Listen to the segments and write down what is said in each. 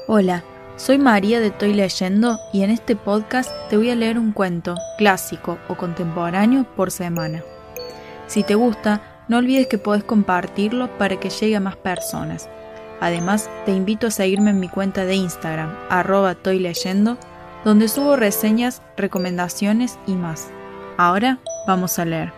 Hola, soy María de Estoy Leyendo y en este podcast te voy a leer un cuento, clásico o contemporáneo, por semana. Si te gusta, no olvides que podés compartirlo para que llegue a más personas. Además, te invito a seguirme en mi cuenta de Instagram, @estoyleyendo, donde subo reseñas, recomendaciones y más. Ahora, vamos a leer.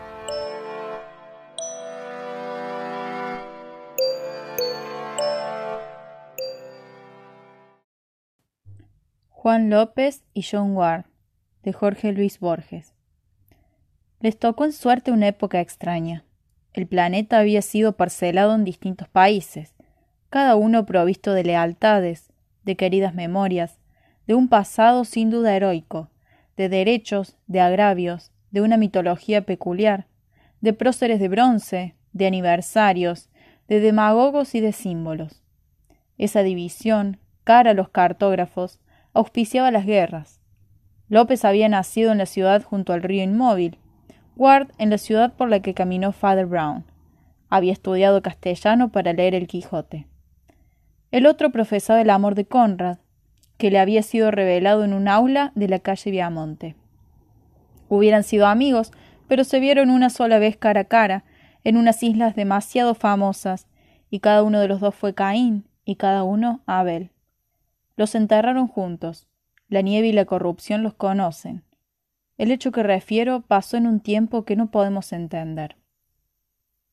Juan López y John Ward, de Jorge Luis Borges. Les tocó en suerte una época extraña. El planeta había sido parcelado en distintos países, cada uno provisto de lealtades, de queridas memorias, de un pasado sin duda heroico, de derechos, de agravios, de una mitología peculiar, de próceres de bronce, de aniversarios, de demagogos y de símbolos. Esa división, cara a los cartógrafos, auspiciaba las guerras. López había nacido en la ciudad junto al río Inmóvil, Ward en la ciudad por la que caminó Father Brown. Había estudiado castellano para leer el Quijote. El otro profesaba el amor de Conrad, que le había sido revelado en un aula de la calle Viamonte. Hubieran sido amigos, pero se vieron una sola vez cara a cara, en unas islas demasiado famosas, y cada uno de los dos fue Caín, y cada uno Abel. Los enterraron juntos. La nieve y la corrupción los conocen. El hecho que refiero pasó en un tiempo que no podemos entender.